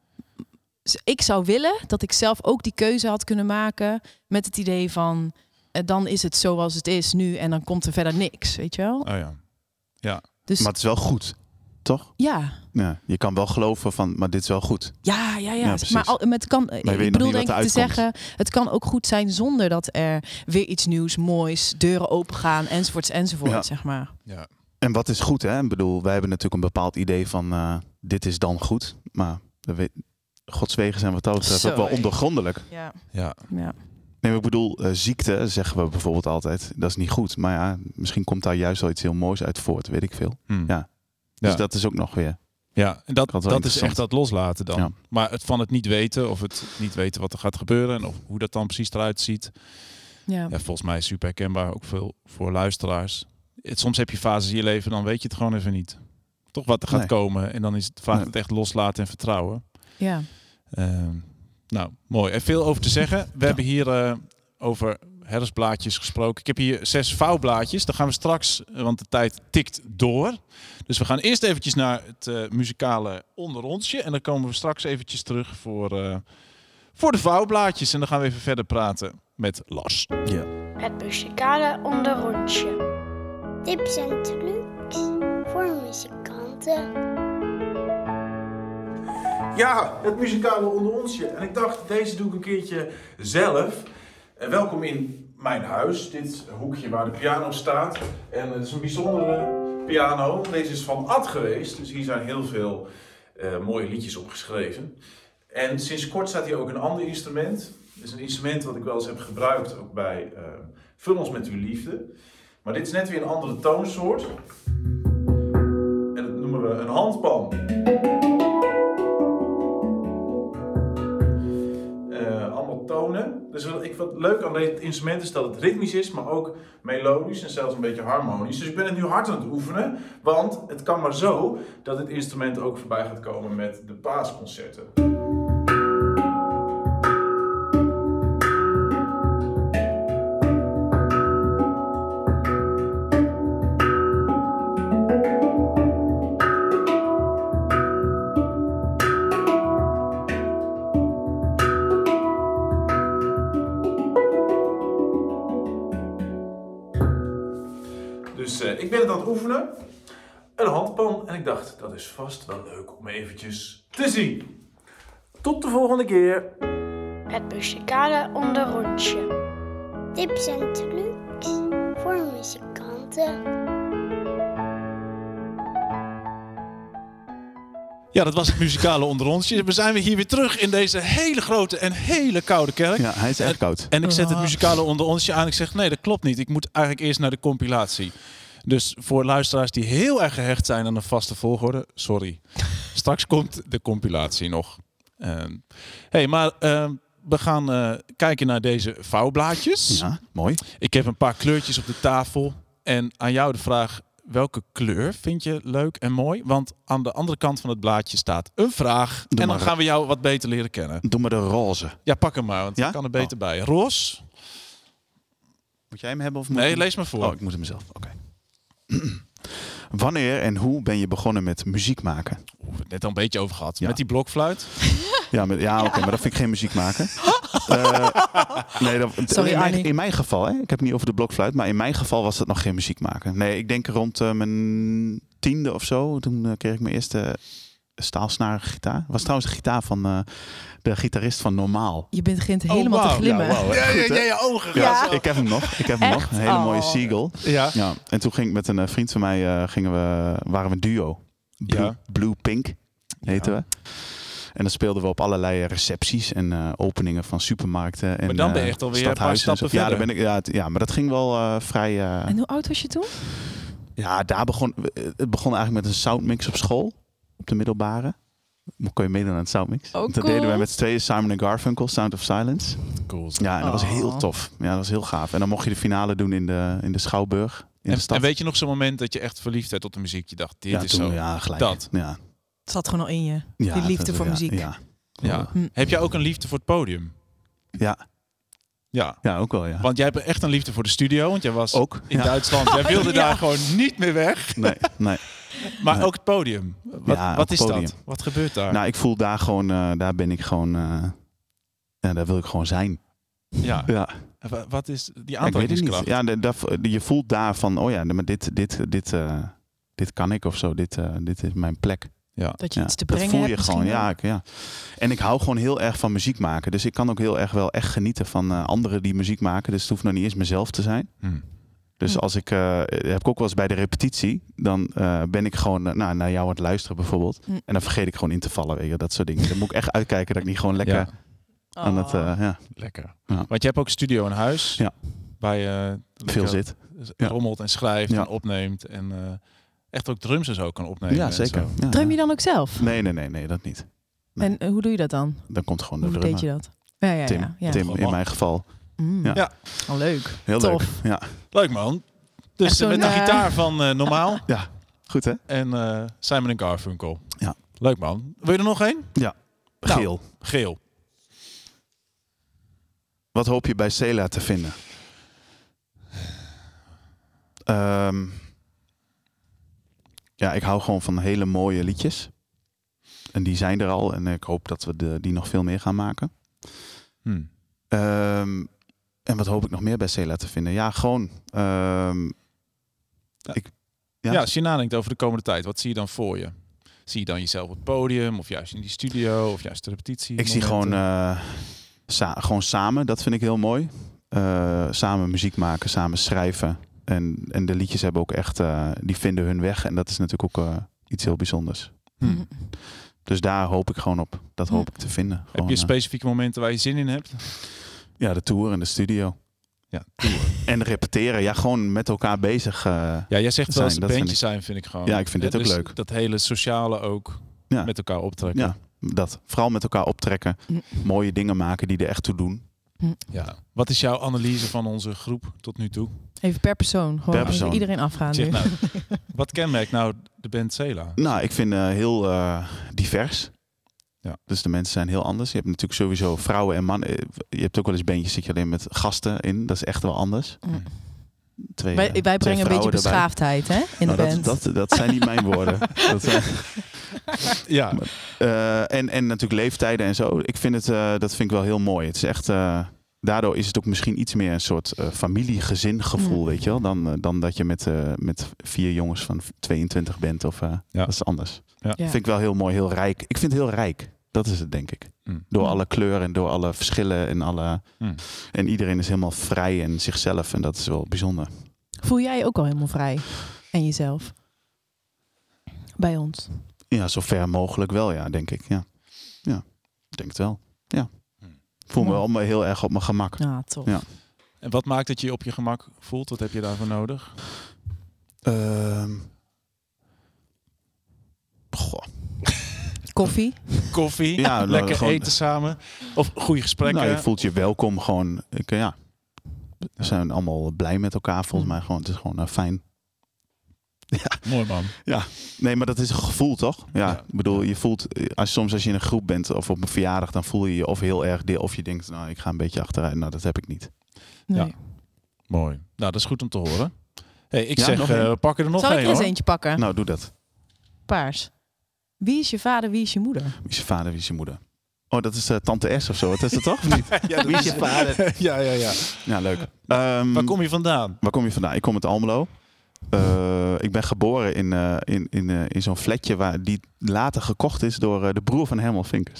Ik zou willen dat ik zelf ook die keuze had kunnen maken met het idee van, dan is het zoals het is nu en dan komt er verder niks, weet je wel? Oh ja. Dus Maar het is wel goed, toch? ja. Ja, je kan wel geloven van, maar dit is wel goed. Ja, precies. maar het kan. weet Ik nog bedoel, niet wat denk ik te eruit zeggen, het kan ook goed zijn zonder dat er weer iets nieuws, moois, deuren opengaan, enzovoort, Ja. zeg maar. Ja. En wat is goed, hè? Ik bedoel, wij hebben natuurlijk een bepaald idee van dit is dan goed. Maar Gods wegen zijn wat dat betreft ook wel Zo, ondergrondelijk. Ja. Ja. Ja. Nee, maar ik bedoel, ziekte zeggen we bijvoorbeeld altijd. Dat is niet goed. Maar ja, misschien komt daar juist wel iets heel moois uit voort. Weet ik veel. Ja. Dus Ja. dat is ook nog weer. Ja, en wel dat is interessant. echt dat loslaten dan. Ja. Maar het van het niet weten of het niet weten wat er gaat gebeuren en of hoe dat dan precies eruit ziet. Ja. Ja, volgens mij is super herkenbaar, ook veel voor luisteraars. Soms heb je fases in je leven, dan weet je het gewoon even niet. Toch wat er gaat Nee. komen en dan is het vaak Nee. het echt loslaten en vertrouwen. Ja. Nou, mooi. Er veel over te zeggen. We hebben hier over herfstblaadjes gesproken. Ik heb hier 6 vouwblaadjes. Dan gaan we straks, want de tijd tikt door. Dus we gaan eerst eventjes naar het muzikale onderrondje. En dan komen we straks eventjes terug voor de vouwblaadjes. En dan gaan we even verder praten met Lars. Ja. Het muzikale onderrondje. Tips en trucs voor muzikanten. Ja, het muzikale onder onsje. En ik dacht, deze doe ik een keertje zelf. Welkom in mijn huis. Dit hoekje waar de piano staat. En het is een bijzondere piano. Deze is van Ad geweest. Dus hier zijn heel veel mooie liedjes op geschreven. En sinds kort staat hier ook een ander instrument. Het is een instrument wat ik wel eens heb gebruikt. Ook bij Vul ons met uw liefde. Maar dit is net weer een andere toonsoort. En dat noemen we een handpan. Allemaal tonen. Dus wat leuk aan dit instrument is dat het ritmisch is, maar ook melodisch en zelfs een beetje harmonisch. Dus ik ben het nu hard aan het oefenen, want het kan maar zo dat dit instrument ook voorbij gaat komen met de paasconcerten. Dus ik ben het aan het oefenen. Een handpan. En ik dacht, dat is vast wel leuk om eventjes te zien. Tot de volgende keer. Het muzikale onderrondje. Tips en trucs voor muzikanten. Ja, dat was het muzikale onderrondje. We zijn hier weer terug in deze hele grote en hele koude kerk. Ja, hij is echt koud. En ik zet het muzikale onderrondje aan. Ik zeg, nee, dat klopt niet. Ik moet eigenlijk eerst naar de compilatie. Dus voor luisteraars die heel erg gehecht zijn aan een vaste volgorde, sorry. Straks komt de compilatie nog. Maar we gaan kijken naar deze vouwblaadjes. Ja, mooi. Ik heb een paar kleurtjes op de tafel. En aan jou de vraag, welke kleur vind je leuk en mooi? Want aan de andere kant van het blaadje staat een vraag. En dan maar. gaan we jou wat beter leren kennen. Doe maar de roze. Ja, pak hem maar, want Ja? ik kan er beter bij. Roos? Moet jij hem hebben of moet Nee, ik- lees maar voor. Oh, ik moet hem zelf. Oké. Wanneer en hoe ben je begonnen met muziek maken? We hebben het net al een beetje over gehad. Ja. Met die blokfluit. Ja, oké, maar dat vind ik geen muziek maken. Nee, Sorry, Arnie. in mijn geval, hè? Ik heb het niet over de blokfluit, maar in mijn geval was dat nog geen muziek maken. Nee, ik denk rond mijn 10e of zo. Toen kreeg ik mijn eerste staalsnarengitaar. Was trouwens de gitaar van de gitarist van Normaal. Je begint helemaal wauw. te glimmen. Ja, wauw, hè? Goed, hè? je ogen Ja, gaan zo. ik heb hem nog. Echt? Een hele mooie Oh. Seagull. Ja. Ja, en toen ging ik met een vriend van mij, waren we een duo. Ja. Blue Pink heten we. En dan speelden we op allerlei recepties en openingen van supermarkten. En, Maar dan ben je echt alweer een paar stadhuizen en stappen zo. Ja, verder. daar ben ik, ja, maar dat ging wel vrij... En hoe oud was je toen? Ja, het begon eigenlijk met een soundmix op school. Op de middelbare. Kon je meedoen aan het soundmix. Oh, Dat cool. deden wij met z'n tweeën, Simon & Garfunkel, Sound of Silence. Cool. Ja, en dat was heel Oh. tof. Ja, dat was heel gaaf. En dan mocht je de finale doen in de Schouwburg. In de stad. En weet je nog zo'n moment dat je echt verliefd werd op de muziek? Je dacht, dit ja, is toen, zo. ja, gelijk. dat. Ja. Het zat gewoon al in je. Ja, Die liefde voor muziek. Ja. Ja. Hm. Heb jij ook een liefde voor het podium? Ja. Ja. Ja, ook wel, ja. Want jij hebt echt een liefde voor de studio. Want jij was Ook. in Ja. Duitsland. Jij wilde Ja. daar gewoon niet meer weg. Nee. Maar Nee. ook het podium. Ja, ook Wat is podium. dat? Wat gebeurt daar? Nou, ik voel daar gewoon, daar ben ik gewoon, daar wil ik gewoon zijn. ja. Ja. Wat is die Ik weet het niet. aantrekkingskracht? Ja, je voelt daar van, oh ja, maar dit kan ik of zo. Dit is mijn plek. Dat je Ja, iets te dat brengen voel je hebt gewoon, misschien wel. ja. En ik hou gewoon heel erg van muziek maken. Dus ik kan ook heel erg wel echt genieten van anderen die muziek maken. Dus het hoeft nog niet eens mezelf te zijn. Dus als ik, heb ik ook wel eens bij de repetitie, dan ben ik gewoon naar jou aan het luisteren bijvoorbeeld. En dan vergeet ik gewoon in te vallen, weet je, dat soort dingen. Dan moet ik echt uitkijken dat ik niet gewoon lekker Ja. aan het, ja, Lekker. Ja. Want je hebt ook een studio in huis. Ja. Waar je veel zit. Ja. rommelt en schrijft Ja. en opneemt. En echt ook drums en zo kan opnemen. Ja, en zeker. zo. Ja. Drum je dan ook zelf? Nee, dat niet. Nee. En hoe doe je dat dan? Dan komt gewoon de Hoe drummer. deed je dat? Ja. Tim Gewoon in mijn geval. Mm. Ja. Ja. Oh, leuk. Heel Tof. leuk. Ja. Leuk man. Dus Echt zo'n, met de gitaar van Normaal Ja, goed hè? en Simon & Garfunkel. Ja. Leuk man. Wil je er nog één? Ja. Nou. Geel. Geel. Wat hoop je bij Cela te vinden? Ja, ik hou gewoon van hele mooie liedjes. En die zijn er al. En ik hoop dat we die nog veel meer gaan maken. En wat hoop ik nog meer bij Cela te vinden? Ja, gewoon... Ja, als je nadenkt over de komende tijd, wat zie je dan voor je? Zie je dan jezelf op het podium, of juist in die studio, of juist de repetitie? Ik zie gewoon samen, dat vind ik heel mooi. Samen muziek maken, samen schrijven. En de liedjes hebben ook echt, die vinden hun weg. En dat is natuurlijk ook iets heel bijzonders. Dus daar hoop ik gewoon op. Dat hoop ik te vinden. Heb je specifieke momenten waar je zin in hebt? Ja, de tour en de studio. Ja, tour. En repeteren. Ja, gewoon met elkaar bezig. Ja, jij zegt wel eens dat vind bandjes ik. zijn, vind ik gewoon. Ja, ik vind dit ook dus leuk. Dat hele sociale ook Ja. met elkaar optrekken. Ja, dat. Vooral met elkaar optrekken. Mooie dingen maken die er echt toe doen. Ja. Wat is jouw analyse van onze groep tot nu toe? Even per persoon. Gewoon Per persoon. even iedereen afgaan. Zeg nu. nou, wat kenmerkt nou de band Cela? Nou, ik vind heel divers. Ja. Dus de mensen zijn heel anders. Je hebt natuurlijk sowieso vrouwen en mannen. Je hebt ook wel eens bandjes, zit je alleen met gasten in. Dat is echt wel anders. Twee, Wij twee brengen een beetje vrouwen erbij. beschaafdheid hè, in de Nou, band. dat zijn niet mijn woorden. Dat zijn, Ja. en natuurlijk leeftijden en zo. Ik vind dat vind ik wel heel mooi. Het is echt... daardoor is het ook misschien iets meer een soort familie-gezin gevoel, weet je wel. Dan dat je met 4 jongens van 22 bent. Of dat is anders. Ja. Ja. Vind ik wel heel mooi, heel rijk. Ik vind het heel rijk. Dat is het, denk ik. Door alle kleuren en door alle verschillen. En iedereen is helemaal vrij en zichzelf. En dat is wel bijzonder. Voel jij je ook al helemaal vrij? En jezelf? Bij ons? Ja, zo ver mogelijk wel, ja, denk ik. Ja, ik denk het wel. Ja. Ik voel me allemaal heel erg op mijn gemak. Ja, tof. Ja. En wat maakt dat je je op je gemak voelt? Wat heb je daarvoor nodig? Goh. Koffie? Koffie, Ja, nou, lekker gewoon- eten samen. Of goede gesprekken. Nou, je voelt je welkom gewoon. We zijn allemaal blij met elkaar volgens mij. Gewoon, het is gewoon fijn. Mooi man. Ja, nee, maar dat is een gevoel toch? Ja, ik bedoel, je voelt, als je in een groep bent of op een verjaardag, dan voel je je of heel erg of je denkt, nou, ik ga een beetje achteruit. Nou, dat heb ik niet. Nee. Ja. Mooi. Nou, dat is goed om te horen. Hey, ik Ja, zeg, nog één? we pakken er nog Zal ik één er eens hoor. eentje pakken? Nou, doe dat. Paars. Wie is je vader, wie is je moeder? Wie is je vader, wie is je moeder? Oh, dat is Tante S of zo. Wat is dat toch? Of niet? Ja, Wie is je vader? ja. Ja, leuk. Waar kom je vandaan? Waar kom je vandaan? Ik kom uit Almelo. Ik ben geboren in zo'n flatje waar die later gekocht is door de broer van Herman Vinkers.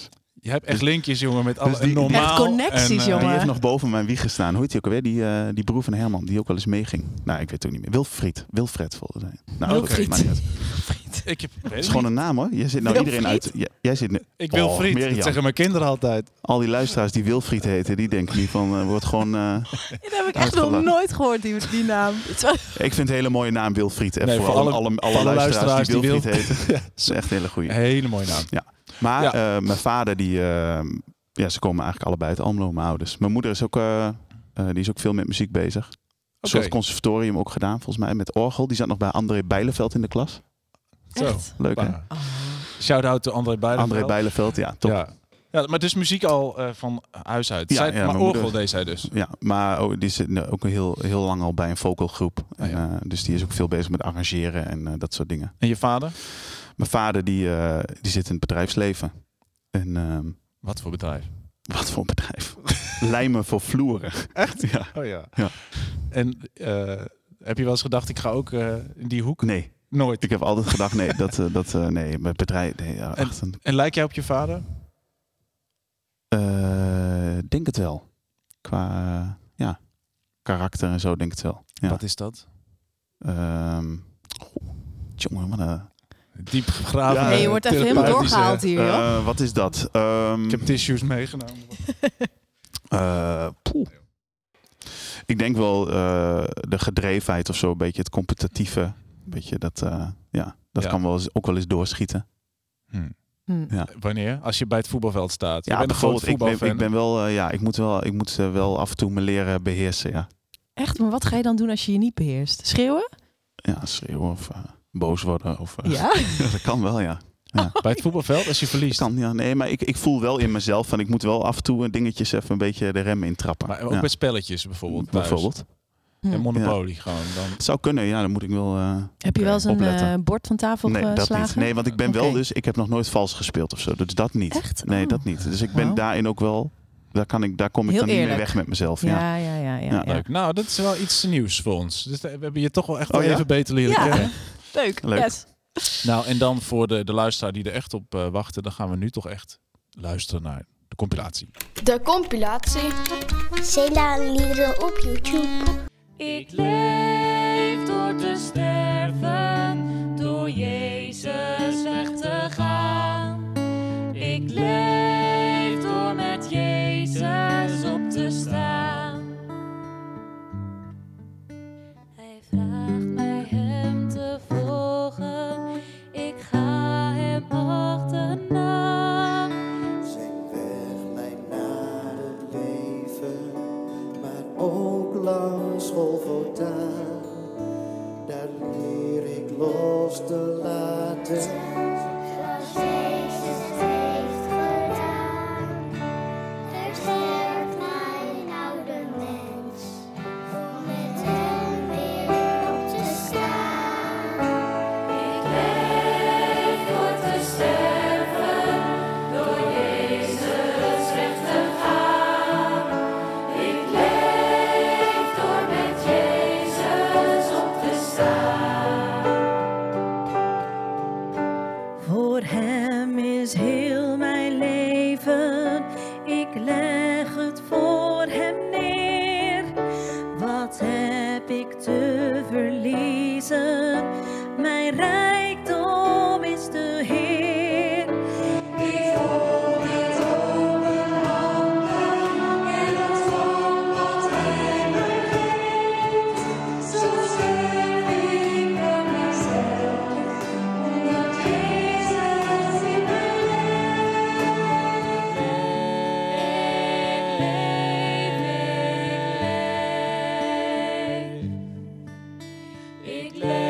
Je hebt echt linkjes, jongen, met alle Dus die- normaal. Echt connecties, jongen. Die heeft nog boven mijn wieg gestaan. Hoe heet die ook alweer? Die broer van Herman, die ook wel eens meeging. Nou, ik weet het ook niet meer. Wilfried volgens mij. Nou, Wilfried. maakt niet uit. Ik heb, weet Het is het gewoon niet. een naam hoor. Je zit nou Wilfried? iedereen uit. Jij zit nu. Ik wil Friet. Mirjam. Dat zeggen mijn kinderen altijd. Al die luisteraars die Wilfried heten, die denken niet van wordt gewoon. Dat heb ik echt nog Uitgelachen. nooit gehoord, die naam. Het is wel- Ik vind het een hele mooie naam Wilfried. En Nee, voor voor alle alle luisteraars die luisteraars Wilfried die heten. Dat is echt een hele goeie. Hele mooie naam. Maar Ja. mijn vader ze komen eigenlijk allebei uit Almelo, mijn ouders. Mijn moeder is ook, die is ook veel met muziek bezig. Een soort conservatorium ook gedaan, volgens mij, met orgel. Die zat nog bij André Bijleveld in de klas. Zo. Echt? Leuk hè? Shout-out to André Bijleveld. André Bijleveld, ja, top. Ja, maar dus muziek al van huis uit. Ja, Zij, ja, maar mijn orgel moeder- deed zij dus. Ja, maar die zit ook heel lang al bij een vocalgroep. Oh, ja. En, dus die is ook veel bezig met arrangeren en dat soort dingen. En je vader? Mijn vader die zit in het bedrijfsleven. En Wat voor bedrijf? wat voor bedrijf? Lijmen voor vloeren. Echt? Ja. Oh ja. Ja. En heb je wel eens gedacht, ik ga ook in die hoek? Nee, Nooit. ik heb altijd gedacht, nee, mijn bedrijf. Nee, ja, En- echt een- En lijk jij op je vader? denk het wel. Qua karakter en zo, denk het wel. Ja. Wat is dat? Jongen, wat een... Diep gegraven. Ja, Nee, je wordt even helemaal therapeutische- doorgehaald hier, joh. wat is dat? Ik heb tissues meegenomen. Poeh. Ik denk wel de gedrevenheid of zo, een beetje het competitieve. Een beetje dat, dat Ja. kan wel eens, ook wel eens doorschieten. Hm. Ja. Wanneer? Als je bij het voetbalveld staat. Je Ja, bent een groot bijvoorbeeld, ik ben voetbalfan. wel, ik moet wel af en toe me leren beheersen, ja. Echt, maar wat ga je dan doen als je je niet beheerst? Schreeuwen? Ja, schreeuwen of boos worden. Of, Ja? dat kan wel, ja. Bij het voetbalveld, als je verliest. Kan, ja. Nee, maar ik voel wel in mezelf van ik moet wel af en toe dingetjes even een beetje de rem intrappen. Maar ook ja. bij spelletjes bijvoorbeeld. thuis. Bijvoorbeeld. En Monopoly gewoon. Dan. Het zou kunnen, ja, dan moet ik wel... Heb je wel eens een opletten. bord van tafel nee, dat geslagen? niet. Nee, want ik ben Oké. wel dus... Ik heb nog nooit vals gespeeld of zo. Dus dat niet. Echt? Nee, Oh. dat niet. Dus ik ben Oh. daarin ook wel... Daar kom ik Heel dan niet meer eerlijk. weg met mezelf. Ja. Ja. Leuk. Nou, dat is wel iets nieuws voor ons. Dus we hebben je toch wel echt Oh, wel ja? even beter leren Ja. kennen. Leuk. Leuk. Yes. Nou, en dan voor de luisteraar die er echt op wachten, dan gaan we nu toch echt luisteren naar de compilatie. De compilatie. Cela liederen op YouTube. Ik leef door te sterven, door Jezus weg te gaan. Ik leef door met Jezus op te staan. Hij vraagt mij hem te volgen, ik ga hem achterna. Zijn weg mij naar het leven, maar ook langs Golgotha. Daar leer ik los te laten. Zoals Jezus het heeft gedaan. Er sterft mijn oude mens. Om met hem weer op te staan. Ik leef door te sterven, door Jezus weg te gaan. Ik leef door met Jezus op te staan. Voor hem is heel mijn leven, ik leg het voor hem neer. Wat heb ik te verliezen? Mijn rijkdom is de Heer. Ik hoor het op mijn handen en het van wat hij me geeft. Zo sterf ik aan mijzelf, omdat Jezus in me leeft. Ik leef.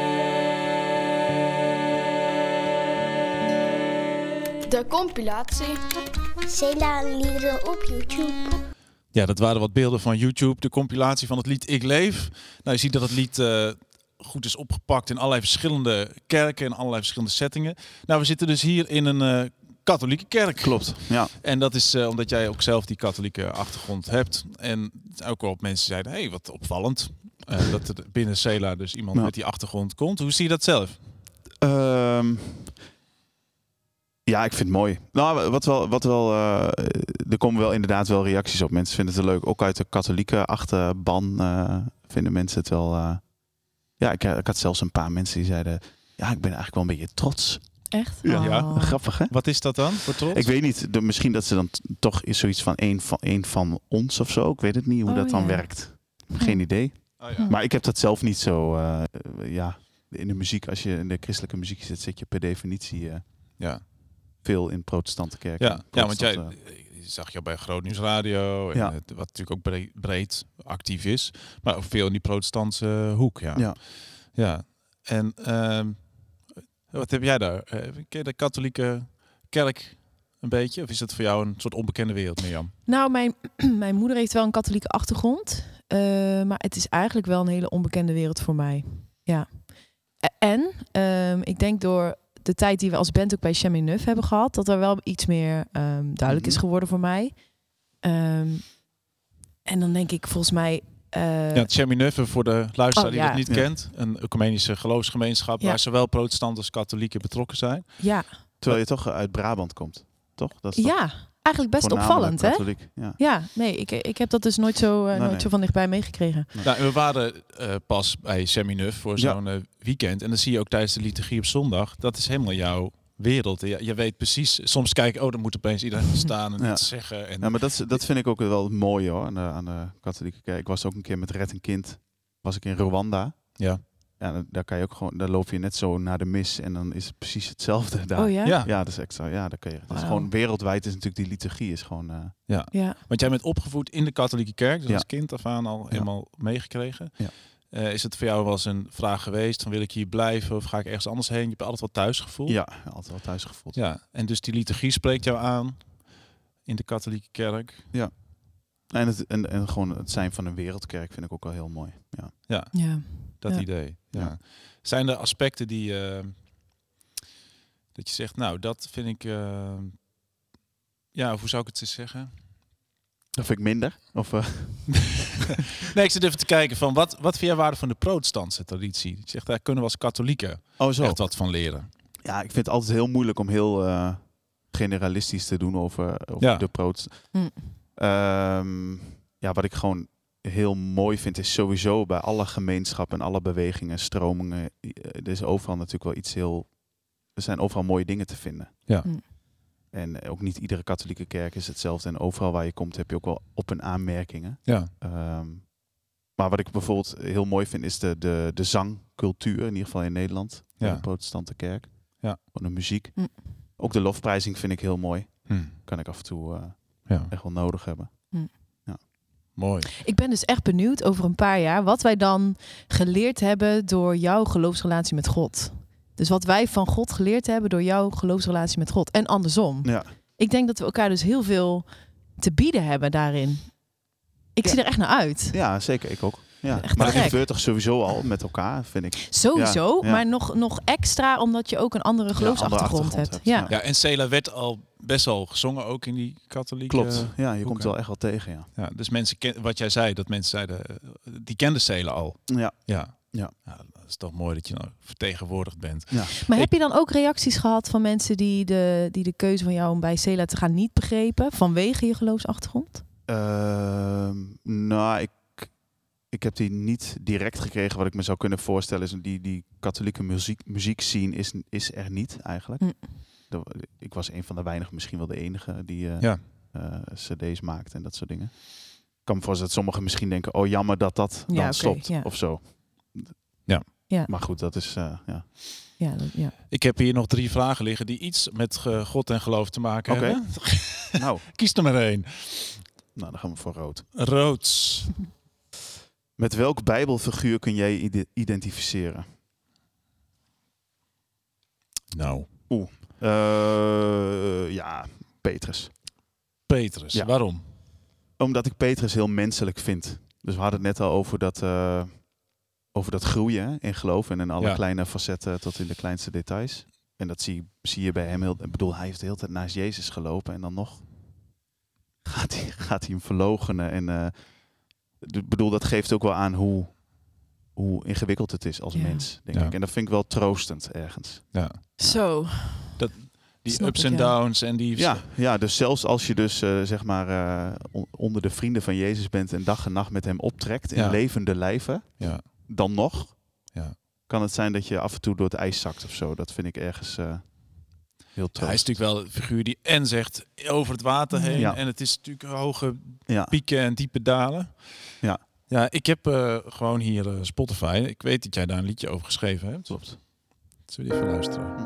De compilatie. Cela liederen op YouTube. Ja, dat waren wat beelden van YouTube. De compilatie van het lied Ik Leef. Nou, je ziet dat het lied goed is opgepakt in allerlei verschillende kerken en allerlei verschillende settingen. Nou, we zitten dus hier in een katholieke kerk. Klopt, ja. En dat is omdat jij ook zelf die katholieke achtergrond hebt. En ook al mensen zeiden, hey, wat opvallend. Dat er binnen Cela dus iemand Ja. met die achtergrond komt. Hoe zie je dat zelf? Ja, ik vind het mooi. Nou, wat wel er komen wel inderdaad wel reacties op. Mensen vinden het leuk. Ook uit de katholieke achterban vinden mensen het wel... Ja, ik had zelfs een paar mensen die zeiden... Ja, ik ben eigenlijk wel een beetje trots. Echt? Ja. Oh. Grappig, hè? Wat is dat dan voor trots? Ik weet niet. Misschien dat ze dan toch is zoiets van een van ons of zo. Ik weet het niet hoe dat dan ja. werkt. Geen idee. Oh, ja. Maar ik heb dat zelf niet zo... in de muziek, als je in de christelijke muziek zit je per definitie Ja. veel in protestante kerken. Ja, want jij zag je bij Groot Nieuws Radio, en, Ja. wat natuurlijk ook breed actief is, maar ook veel in die protestantse hoek. Ja. Ja. En wat heb jij daar? Ken je de katholieke kerk een beetje? Of is het voor jou een soort onbekende wereld, Mirjam? Nou, mijn moeder heeft wel een katholieke achtergrond. Maar het is eigenlijk wel een hele onbekende wereld voor mij. Ja. En ik denk door de tijd die we als band ook bij Chemin Neuf hebben gehad, dat er wel iets meer duidelijk is geworden voor mij. En dan denk ik volgens mij... Ja, Chemin Neuf, voor de luisteraar die ja. het niet kent. Een ecumenische geloofsgemeenschap waar zowel protestanten als katholieken betrokken zijn. Ja. Terwijl je toch uit Brabant komt, toch? Dat is toch Ja, eigenlijk best voornamelijk opvallend, hè? katholiek, ja. Ja, nee, ik heb dat dus nooit zo van dichtbij meegekregen. Nou, we waren pas bij Chemin Neuf voor zo'n weekend. En dan zie je ook tijdens de liturgie op zondag. Dat is helemaal jouw wereld. Je weet precies. Soms kijken, dan moet opeens iedereen staan en iets zeggen. En... Ja, maar dat vind ik ook wel mooi hoor, aan de katholieke kerk. Ik was ook een keer met Red een Kind. Was ik in Rwanda. Ja. Ja, daar kan je ook gewoon, daar loop je net zo naar de mis en dan is het precies hetzelfde daar. Oh ja? Ja, dat is extra. Ja, daar kan je. Dat is gewoon wereldwijd is natuurlijk die liturgie is gewoon. Ja. Want jij bent opgevoed in de katholieke kerk, dus als kind af aan al helemaal meegekregen. Ja. Is het voor jou wel eens een vraag geweest van wil ik hier blijven of ga ik ergens anders heen? Je hebt altijd wel thuis gevoeld. Ja, altijd wel thuis gevoeld. Ja. En dus die liturgie spreekt jou aan in de katholieke kerk. Ja. En gewoon het zijn van een wereldkerk vind ik ook wel heel mooi. Ja. Dat idee. Ja. Zijn er aspecten die dat je zegt, nou, dat vind ik hoe zou ik het eens zeggen? Dat vind ik minder. Of, Nee, ik zit even te kijken van wat vind jij waarde van de protestantse traditie? Je zegt, daar kunnen we als katholieken echt wat van leren. Ja, ik vind het altijd heel moeilijk om heel generalistisch te doen over de protestant. Wat ik gewoon heel mooi vind is sowieso bij alle gemeenschappen en alle bewegingen, stromingen. Er is overal natuurlijk wel iets heel... Er zijn overal mooie dingen te vinden. Ja. En ook niet iedere katholieke kerk is hetzelfde. En overal waar je komt heb je ook wel op- en aanmerkingen. Ja. Maar wat ik bijvoorbeeld heel mooi vind is de zangcultuur, in ieder geval in Nederland. Ja. De protestante kerk. Ja. Van de muziek. Ook de lofprijzing vind ik heel mooi. Kan ik af en toe echt wel nodig hebben. Mooi. Ik ben dus echt benieuwd over een paar jaar wat wij dan geleerd hebben door jouw geloofsrelatie met God. Dus wat wij van God geleerd hebben door jouw geloofsrelatie met God. En andersom. Ja. Ik denk dat we elkaar dus heel veel te bieden hebben daarin. Ik zie er echt naar uit. Ja, zeker. Ik ook. Ja. Echt Maar dat gek. gebeurt toch sowieso al met elkaar, vind ik. Sowieso, Ja. maar nog extra omdat je ook een andere geloofsachtergrond hebt. Ja. Ja, en Sela werd al best wel gezongen ook in die katholieke... Klopt. Ja, je hoek, komt hè? wel echt wel tegen, ja. Ja, dus mensen, wat jij zei, dat mensen zeiden, die kenden Sela al. Ja. Ja. Dat is toch mooi dat je nou vertegenwoordigd bent. Ja. Maar heb je dan ook reacties gehad van mensen die de keuze van jou om bij Sela te gaan niet begrepen vanwege je geloofsachtergrond? Nou, ik heb die niet direct gekregen. Wat ik me zou kunnen voorstellen is die katholieke muziek scene is er niet eigenlijk. Ik was een van de weinigen, misschien wel de enige die cd's maakt en dat soort dingen. Ik kan me voorstellen dat sommigen misschien denken, oh jammer dat dat dan stopt of zo. Ja. Maar goed, dat is Ja. Ik heb hier nog 3 vragen liggen die iets met God en geloof te maken hebben. Nou. Kies er maar 1. Nou, dan gaan we voor rood. Rood. Met welk Bijbelfiguur kun jij identificeren? Nou. Ja, Petrus. Petrus, Ja. waarom? Omdat ik Petrus heel menselijk vind. Dus we hadden het net al over dat groeien hè, in geloof en in alle kleine facetten tot in de kleinste details. En dat zie je bij hem heel... Ik bedoel, hij heeft de hele tijd naast Jezus gelopen en dan nog gaat hij hem verloochenen. En ik bedoel, dat geeft ook wel aan hoe ingewikkeld het is als mens, denk ik. En dat vind ik wel troostend ergens. Ja. Zo. Die Snap ups ik, en ja. downs en die... Ja, dus zelfs als je dus zeg maar onder de vrienden van Jezus bent en dag en nacht met hem optrekt in Ja. levende lijven, Ja. dan nog Ja. kan het zijn dat je af en toe door het ijs zakt of zo. Dat vind ik ergens heel Ja, hij is troost. natuurlijk wel een figuur die en zegt over het water heen. Ja. En het is natuurlijk hoge Ja. pieken en diepe dalen. Ja. Ja, ik heb gewoon hier Spotify. Ik weet dat jij daar een liedje over geschreven hebt. Klopt. Zullen we even luisteren?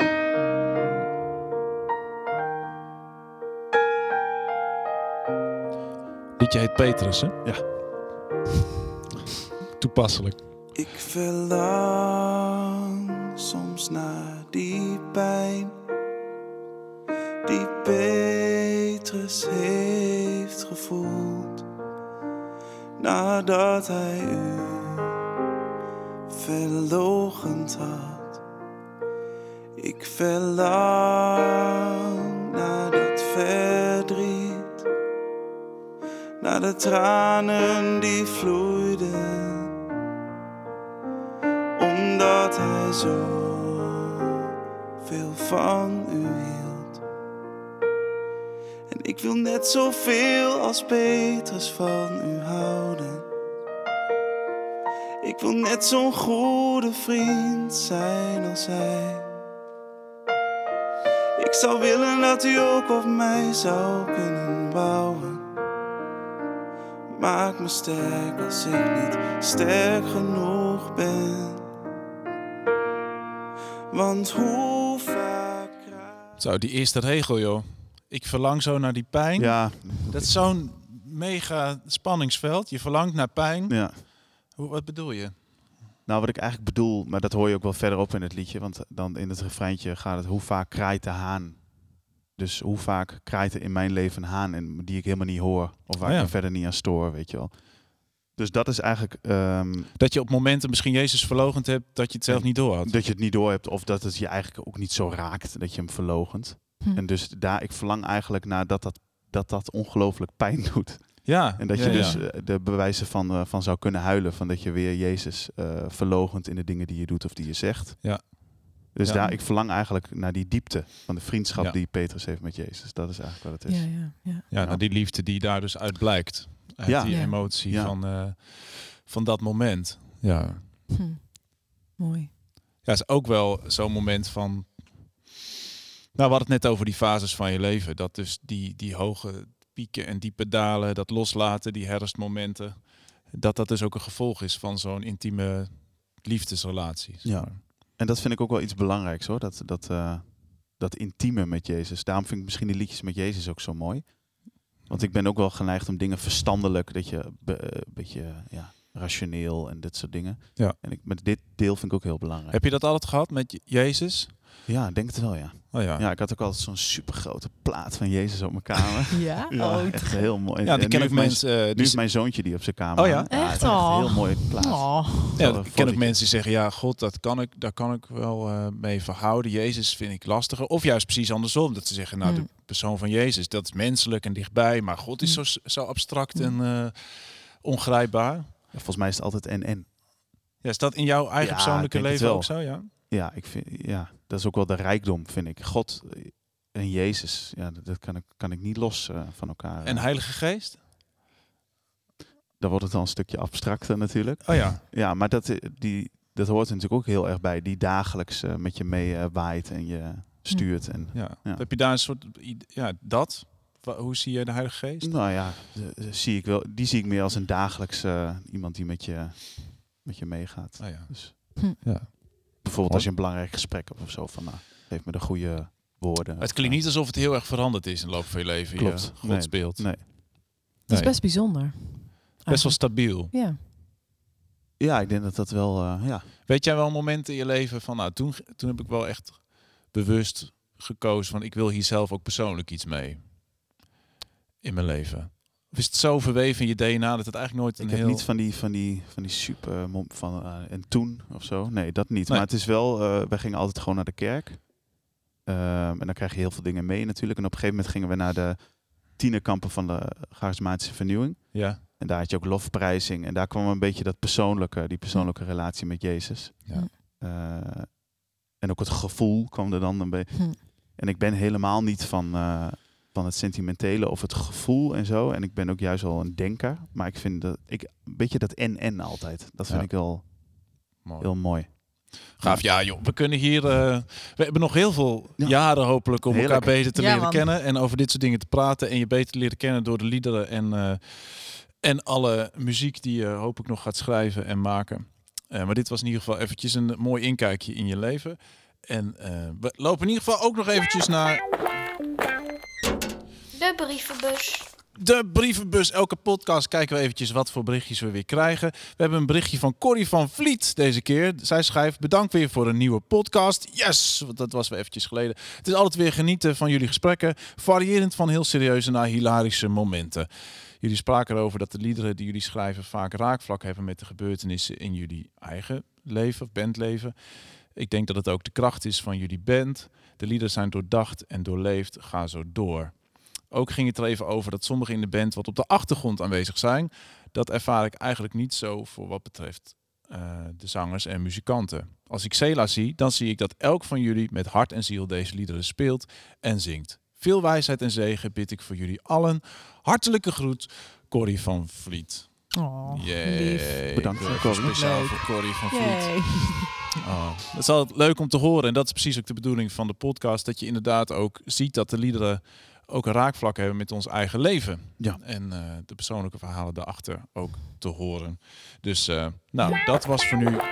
Liedje heet Petrus, hè? Ja. Toepasselijk. Ik verlang soms naar die pijn die Petrus heeft gevoeld nadat hij u verloochend had. Ik verlang naar dat verdriet, naar de tranen die vloeiden, omdat hij zo veel van u hield. En ik wil net zoveel als Petrus van u houden. Ik wil net zo'n goede vriend zijn als hij. Ik zou willen dat u ook op mij zou kunnen bouwen. Maak me sterk als ik niet sterk genoeg ben. Want hoe vaak... Zo, die eerste regel, joh. Ik verlang zo naar die pijn. Ja. Dat is zo'n mega spanningsveld. Je verlangt naar pijn. Ja. Wat bedoel je? Nou, wat ik eigenlijk bedoel, maar dat hoor je ook wel verderop in het liedje, want dan in het refreintje gaat het hoe vaak kraait de haan. Dus hoe vaak kraait er in mijn leven een haan en die ik helemaal niet hoor of waar Oh ja. ik me verder niet aan stoor, weet je wel. Dus dat is eigenlijk Dat je op momenten misschien Jezus verloochend hebt dat je het zelf niet door had. dat je het niet door hebt of dat het je eigenlijk ook niet zo raakt dat je hem verloochent. En dus daar, ik verlang eigenlijk naar dat ongelooflijk pijn doet. Ja. En dat ja, je ja. dus de bewijzen van zou kunnen huilen. Van dat je weer Jezus verloochent in de dingen die je doet of die je zegt. Ja. Dus Ja. daar, ik verlang eigenlijk naar die diepte van de vriendschap Ja. die Petrus heeft met Jezus. Dat is eigenlijk wat het is. Ja, nou, die liefde die daar dus uit blijkt. Uit Ja. die Ja. emotie Ja. van dat moment. Ja. Mooi. Ja, is ook wel zo'n moment van... Nou, we hadden het net over die fases van je leven. Dat dus die hoge pieken en diepe dalen, dat loslaten, die herfstmomenten. Dat dus ook een gevolg is van zo'n intieme liefdesrelatie. zeg Ja. maar. En dat vind ik ook wel iets belangrijks hoor. Dat intieme met Jezus. Daarom vind ik misschien die liedjes met Jezus ook zo mooi. Want ik ben ook wel geneigd om dingen verstandelijk, dat je een beetje rationeel en dit soort dingen. Ja. En met dit deel vind ik ook heel belangrijk. Heb je dat altijd gehad met Jezus? Ja, ik denk het wel, ja. Oh ja. Ja, ik had ook altijd zo'n supergrote plaat van Jezus op mijn kamer. Ja? Ja, Oh, echt heel mooi. Ja, die En ken nu ook heeft mensen... Nu is mijn zoontje die op zijn kamer. Oh ja? hangt. Echt het is echt al? een heel mooie plaat. Oh. Ja, Een ik ken ook fotootje. mensen die zeggen, ja, God, daar kan ik wel mee verhouden. Jezus vind ik lastiger. Of juist precies andersom. Dat ze zeggen, nou, de persoon van Jezus, dat is menselijk en dichtbij. Maar God is zo abstract en ongrijpbaar. Ja, volgens mij is het altijd en. Ja, is dat in jouw eigen Ja, persoonlijke ik denk het leven wel. ook zo, ja? Ja, dat is ook wel de rijkdom, vind ik. God en Jezus, ja, dat kan ik niet los van elkaar. En Heilige Geest? Dan wordt het al een stukje abstracter natuurlijk. Oh ja. Ja, maar dat hoort er natuurlijk ook heel erg bij. Die dagelijks met je mee waait en je stuurt. En, Ja. Ja. Heb je daar een soort... Ja, dat? Hoe zie je de Heilige Geest? Nou ja, zie ik wel. Die zie ik meer als een dagelijks iemand die met je meegaat. Oh ja. Dus, Ja. bijvoorbeeld als je een belangrijk gesprek hebt of zo. Van, nou, geef me de goede woorden. Het klinkt niet alsof het heel erg veranderd is in de loop van je leven. Klopt. Je godsbeeld. Nee. Dat is best bijzonder. Best wel stabiel. Ja. Ja, ik denk dat dat wel... ja. Weet jij wel een moment in je leven van... Nou, toen heb ik wel echt bewust gekozen van... Ik wil hier zelf ook persoonlijk iets mee. In mijn leven. Of is het zo verweven in je DNA dat het eigenlijk nooit een Ik heb heel... niet van die super van en toen of zo. Nee, dat niet. Nee. Maar het is wel, wij gingen altijd gewoon naar de kerk. En dan krijg je heel veel dingen mee natuurlijk. En op een gegeven moment gingen we naar de tienerkampen van de charismatische vernieuwing. Ja. En daar had je ook lofprijzing. En daar kwam een beetje die persoonlijke relatie met Jezus. Ja. En ook het gevoel kwam er dan een beetje. En ik ben helemaal niet van het sentimentele of het gevoel en zo. En ik ben ook juist wel een denker. Maar ik vind een beetje dat en altijd. Dat vind ik wel heel mooi. Gaaf, ja joh. We kunnen hier... we hebben nog heel veel jaren hopelijk om elkaar beter te leren kennen. En over dit soort dingen te praten. En je beter te leren kennen door de liederen en alle muziek die je hopelijk nog gaat schrijven en maken. Maar dit was in ieder geval eventjes een mooi inkijkje in je leven. En we lopen in ieder geval ook nog eventjes naar... De brievenbus. De brievenbus. Elke podcast kijken we eventjes wat voor berichtjes we weer krijgen. We hebben een berichtje van Corrie van Vliet deze keer. Zij schrijft: bedankt weer voor een nieuwe podcast. Yes! Want dat was weer eventjes geleden. Het is altijd weer genieten van jullie gesprekken. Variërend van heel serieuze naar hilarische momenten. Jullie spraken erover dat de liederen die jullie schrijven vaak raakvlak hebben met de gebeurtenissen in jullie eigen leven of bandleven. Ik denk dat het ook de kracht is van jullie band. De liederen zijn doordacht en doorleefd. Ga zo door. Ook ging het er even over dat sommigen in de band wat op de achtergrond aanwezig zijn. Dat ervaar ik eigenlijk niet zo voor wat betreft de zangers en muzikanten. Als ik Sela zie, dan zie ik dat elk van jullie met hart en ziel deze liederen speelt en zingt. Veel wijsheid en zegen bid ik voor jullie allen. Hartelijke groet, Corrie van Vliet. Oh, lief. Bedankt voor Corrie. Speciaal voor Corrie van Vliet. Dat is altijd leuk om te horen. En dat is precies ook de bedoeling van de podcast. Dat je inderdaad ook ziet dat de liederen ook een raakvlak hebben met ons eigen leven. Ja. En de persoonlijke verhalen daarachter ook te horen. Dus dat was voor nu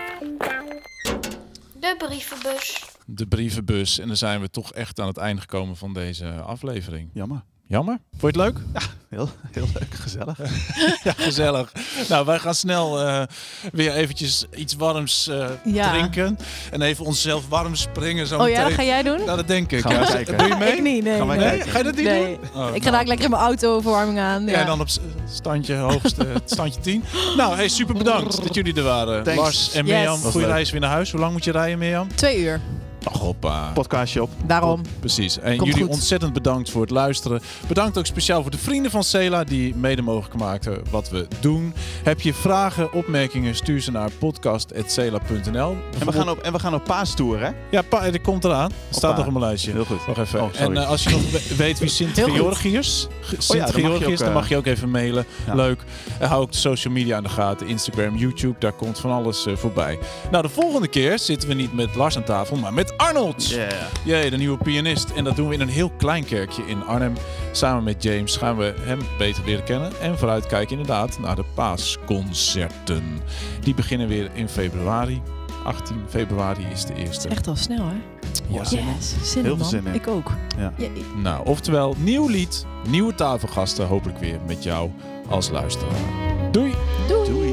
De brievenbus. de brievenbus. En dan zijn we toch echt aan het einde gekomen van deze aflevering. Jammer. Jammer? Vond je het leuk? Ja, heel leuk. Gezellig. Ja, gezellig. Nou, wij gaan snel weer eventjes iets warms drinken. En even onszelf warm springen. Zo ja, dat ga jij doen? Nou, dat denk ik. Gaan we kijken. Doe je mee? Ik niet, nee. Gaan wij kijken. Ga je dat niet Nee. doen? Oh, Ik ga daar lekker in mijn auto verwarming aan. Ja, en dan op standje hoogste, standje 10. Nou, hey, super bedankt dat jullie er waren. Thanks. Lars en Yes. Mirjam, Was goede leuk. reis weer naar huis. Hoe lang moet je rijden, Mirjam? 2 uur. Ach, hoppa. Podcastje op. Daarom. Precies. En Komt jullie goed. ontzettend bedankt voor het luisteren. Bedankt ook speciaal voor de vrienden van Sela die mede mogelijk maken wat we doen. Heb je vragen, opmerkingen, stuur ze naar podcast@sela.nl. En we gaan op paastoer, hè? Ja, dat komt eraan. Staat Hoppa. nog op mijn lijstje. Heel goed. Wacht even. Oh, sorry. En als je nog weet wie Sint Heel goed. Georgius is, dan mag je ook even mailen. Ja. Leuk. Hou ook de social media aan de gaten. Instagram, YouTube, daar komt van alles voorbij. Nou, de volgende keer zitten we niet met Lars aan tafel, maar met Arnold. Yeah. Jee, de nieuwe pianist. En dat doen we in een heel klein kerkje in Arnhem. Samen met James gaan we hem beter leren kennen. En vooruitkijken inderdaad naar de paasconcerten. Die beginnen weer in februari. 18 februari is de eerste. Echt al snel, hè? Ja. Yes. Zin Heel in, veel man. zin in. Ik ook. Ja. Jee. Nou, oftewel, nieuw lied, nieuwe tafelgasten. Hopelijk weer met jou als luisteraar. Doei! Doei. Doei.